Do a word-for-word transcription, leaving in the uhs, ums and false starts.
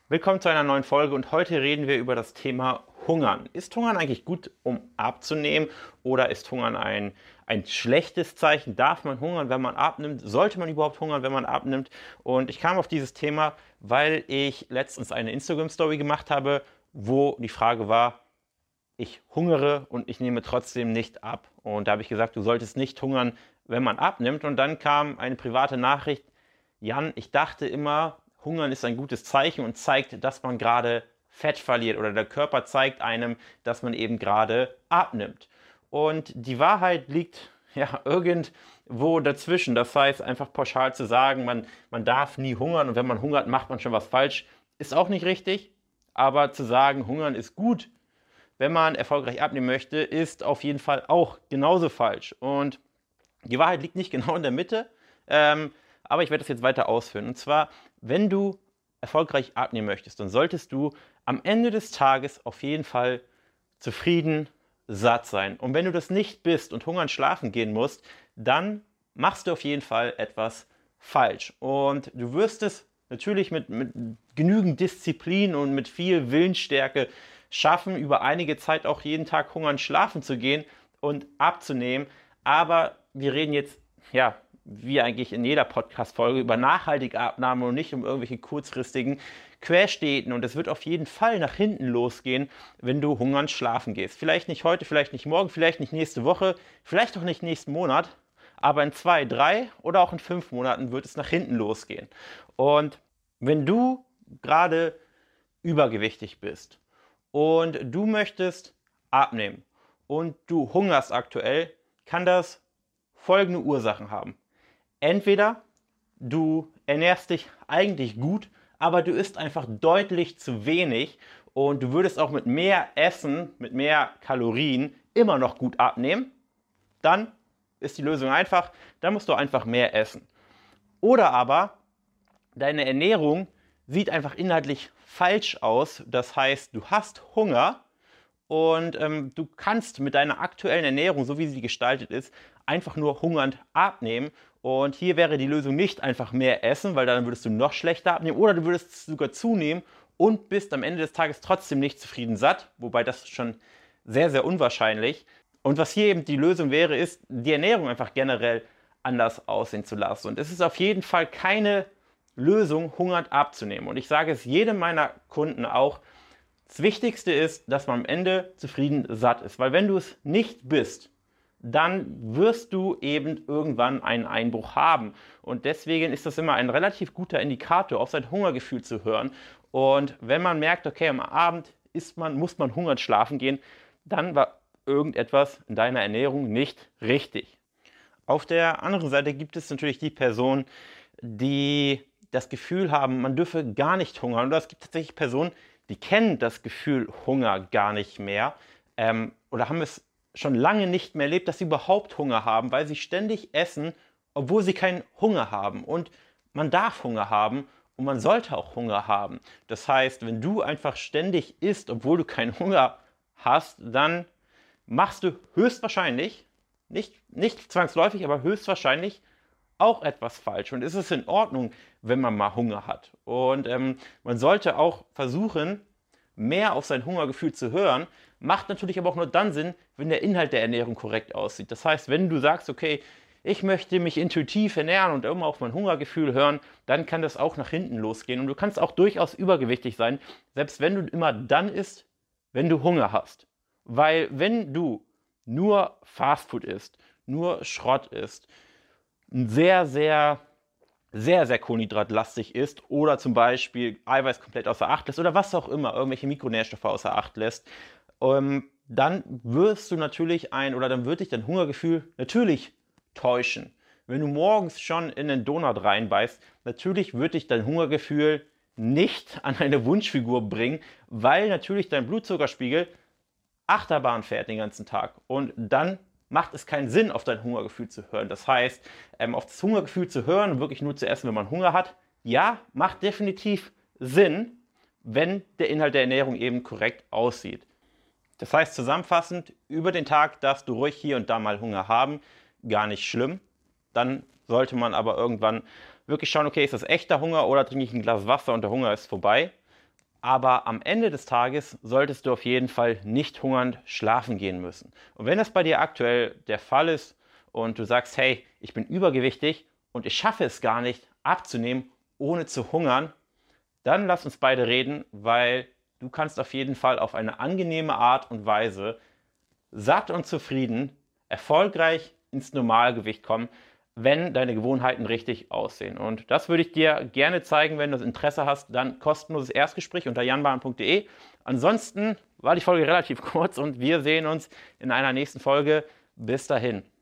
Willkommen zu einer neuen Folge und heute reden wir über das Thema Hungern. Ist Hungern eigentlich gut, um abzunehmen, oder ist Hungern ein, ein schlechtes Zeichen? Darf man hungern, wenn man abnimmt? Sollte man überhaupt hungern, wenn man abnimmt? Und ich kam auf dieses Thema, weil ich letztens eine Instagram-Story gemacht habe, wo die Frage war: Ich hungere und ich nehme trotzdem nicht ab. Und da habe ich gesagt, du solltest nicht hungern, wenn man abnimmt. Und dann kam eine private Nachricht: Jan, ich dachte immer, Hungern ist ein gutes Zeichen und zeigt, dass man gerade Fett verliert, oder der Körper zeigt einem, dass man eben gerade abnimmt. Und die Wahrheit liegt ja irgendwo dazwischen. Das heißt, einfach pauschal zu sagen, man, man darf nie hungern und wenn man hungert, macht man schon was falsch, ist auch nicht richtig. Aber zu sagen, Hungern ist gut, wenn man erfolgreich abnehmen möchte, ist auf jeden Fall auch genauso falsch. Und die Wahrheit liegt nicht genau in der Mitte, ähm, aber ich werde das jetzt weiter ausführen. Und zwar, wenn du erfolgreich abnehmen möchtest, dann solltest du am Ende des Tages auf jeden Fall zufrieden, satt sein. Und wenn du das nicht bist und hungern schlafen gehen musst, dann machst du auf jeden Fall etwas falsch. Und du wirst es natürlich mit, mit genügend Disziplin und mit viel Willensstärke schaffen, über einige Zeit auch jeden Tag hungern schlafen zu gehen und abzunehmen. Aber wir reden jetzt, ja, wie eigentlich in jeder Podcast-Folge, über nachhaltige Abnahme und nicht um irgendwelche kurzfristigen Querstäten. Und es wird auf jeden Fall nach hinten losgehen, wenn du hungern schlafen gehst. Vielleicht nicht heute, vielleicht nicht morgen, vielleicht nicht nächste Woche, vielleicht auch nicht nächsten Monat, aber in zwei, drei oder auch in fünf Monaten wird es nach hinten losgehen. Und wenn du gerade übergewichtig bist und du möchtest abnehmen und du hungerst aktuell, kann das folgende Ursachen haben. Entweder du ernährst dich eigentlich gut, aber du isst einfach deutlich zu wenig und du würdest auch mit mehr Essen, mit mehr Kalorien immer noch gut abnehmen. Dann ist die Lösung einfach, dann musst du einfach mehr essen. Oder aber deine Ernährung sieht einfach inhaltlich falsch aus. Das heißt, du hast Hunger und ähm, du kannst mit deiner aktuellen Ernährung, so wie sie gestaltet ist, einfach nur hungernd abnehmen. Und hier wäre die Lösung nicht einfach mehr essen, weil dann würdest du noch schlechter abnehmen, oder du würdest sogar zunehmen und bist am Ende des Tages trotzdem nicht zufrieden satt, wobei das ist schon sehr, sehr unwahrscheinlich. Und was hier eben die Lösung wäre, ist, die Ernährung einfach generell anders aussehen zu lassen. Und es ist auf jeden Fall keine Lösung, hungernd abzunehmen. Und ich sage es jedem meiner Kunden auch: Das Wichtigste ist, dass man am Ende zufrieden satt ist. Weil wenn du es nicht bist, dann wirst du eben irgendwann einen Einbruch haben. Und deswegen ist das immer ein relativ guter Indikator, auf sein Hungergefühl zu hören. Und wenn man merkt, okay, am Abend ist man, muss man hungernd schlafen gehen, dann war irgendetwas in deiner Ernährung nicht richtig. Auf der anderen Seite gibt es natürlich die Personen, die das Gefühl haben, man dürfe gar nicht hungern. Oder es gibt tatsächlich Personen, die kennen das Gefühl Hunger gar nicht mehr, ähm, oder haben es schon lange nicht mehr erlebt, dass sie überhaupt Hunger haben, weil sie ständig essen, obwohl sie keinen Hunger haben. Und man darf Hunger haben und man sollte auch Hunger haben. Das heißt, wenn du einfach ständig isst, obwohl du keinen Hunger hast, dann machst du höchstwahrscheinlich, nicht, nicht zwangsläufig, aber höchstwahrscheinlich auch etwas falsch. Und es ist in Ordnung, wenn man mal Hunger hat. Und ähm, man sollte auch versuchen, mehr auf sein Hungergefühl zu hören. Macht natürlich aber auch nur dann Sinn, wenn der Inhalt der Ernährung korrekt aussieht. Das heißt, wenn du sagst, okay, ich möchte mich intuitiv ernähren und immer auf mein Hungergefühl hören, dann kann das auch nach hinten losgehen. Und du kannst auch durchaus übergewichtig sein, selbst wenn du immer dann isst, wenn du Hunger hast. Weil wenn du nur Fastfood isst, nur Schrott isst, sehr, sehr, sehr, sehr kohlenhydratlastig ist oder zum Beispiel Eiweiß komplett außer Acht lässt oder was auch immer, irgendwelche Mikronährstoffe außer Acht lässt, ähm, dann wirst du natürlich ein, oder dann wird dich dein Hungergefühl natürlich täuschen. Wenn du morgens schon in den Donut reinbeißt, natürlich wird dich dein Hungergefühl nicht an eine Wunschfigur bringen, weil natürlich dein Blutzuckerspiegel Achterbahn fährt den ganzen Tag. Und dann macht es keinen Sinn, auf dein Hungergefühl zu hören. Das heißt, ähm, auf das Hungergefühl zu hören und wirklich nur zu essen, wenn man Hunger hat, ja, macht definitiv Sinn, wenn der Inhalt der Ernährung eben korrekt aussieht. Das heißt, zusammenfassend, über den Tag darfst du ruhig hier und da mal Hunger haben, gar nicht schlimm. Dann sollte man aber irgendwann wirklich schauen, okay, ist das echter Hunger oder trinke ich ein Glas Wasser und der Hunger ist vorbei. Aber am Ende des Tages solltest du auf jeden Fall nicht hungernd schlafen gehen müssen. Und wenn das bei dir aktuell der Fall ist und du sagst, hey, ich bin übergewichtig und ich schaffe es gar nicht abzunehmen, ohne zu hungern, dann lass uns beide reden, weil du kannst auf jeden Fall auf eine angenehme Art und Weise satt und zufrieden, erfolgreich ins Normalgewicht kommen, wenn deine Gewohnheiten richtig aussehen. Und das würde ich dir gerne zeigen, wenn du das Interesse hast, dann kostenloses Erstgespräch unter janbahn punkt de. Ansonsten war die Folge relativ kurz und wir sehen uns in einer nächsten Folge. Bis dahin.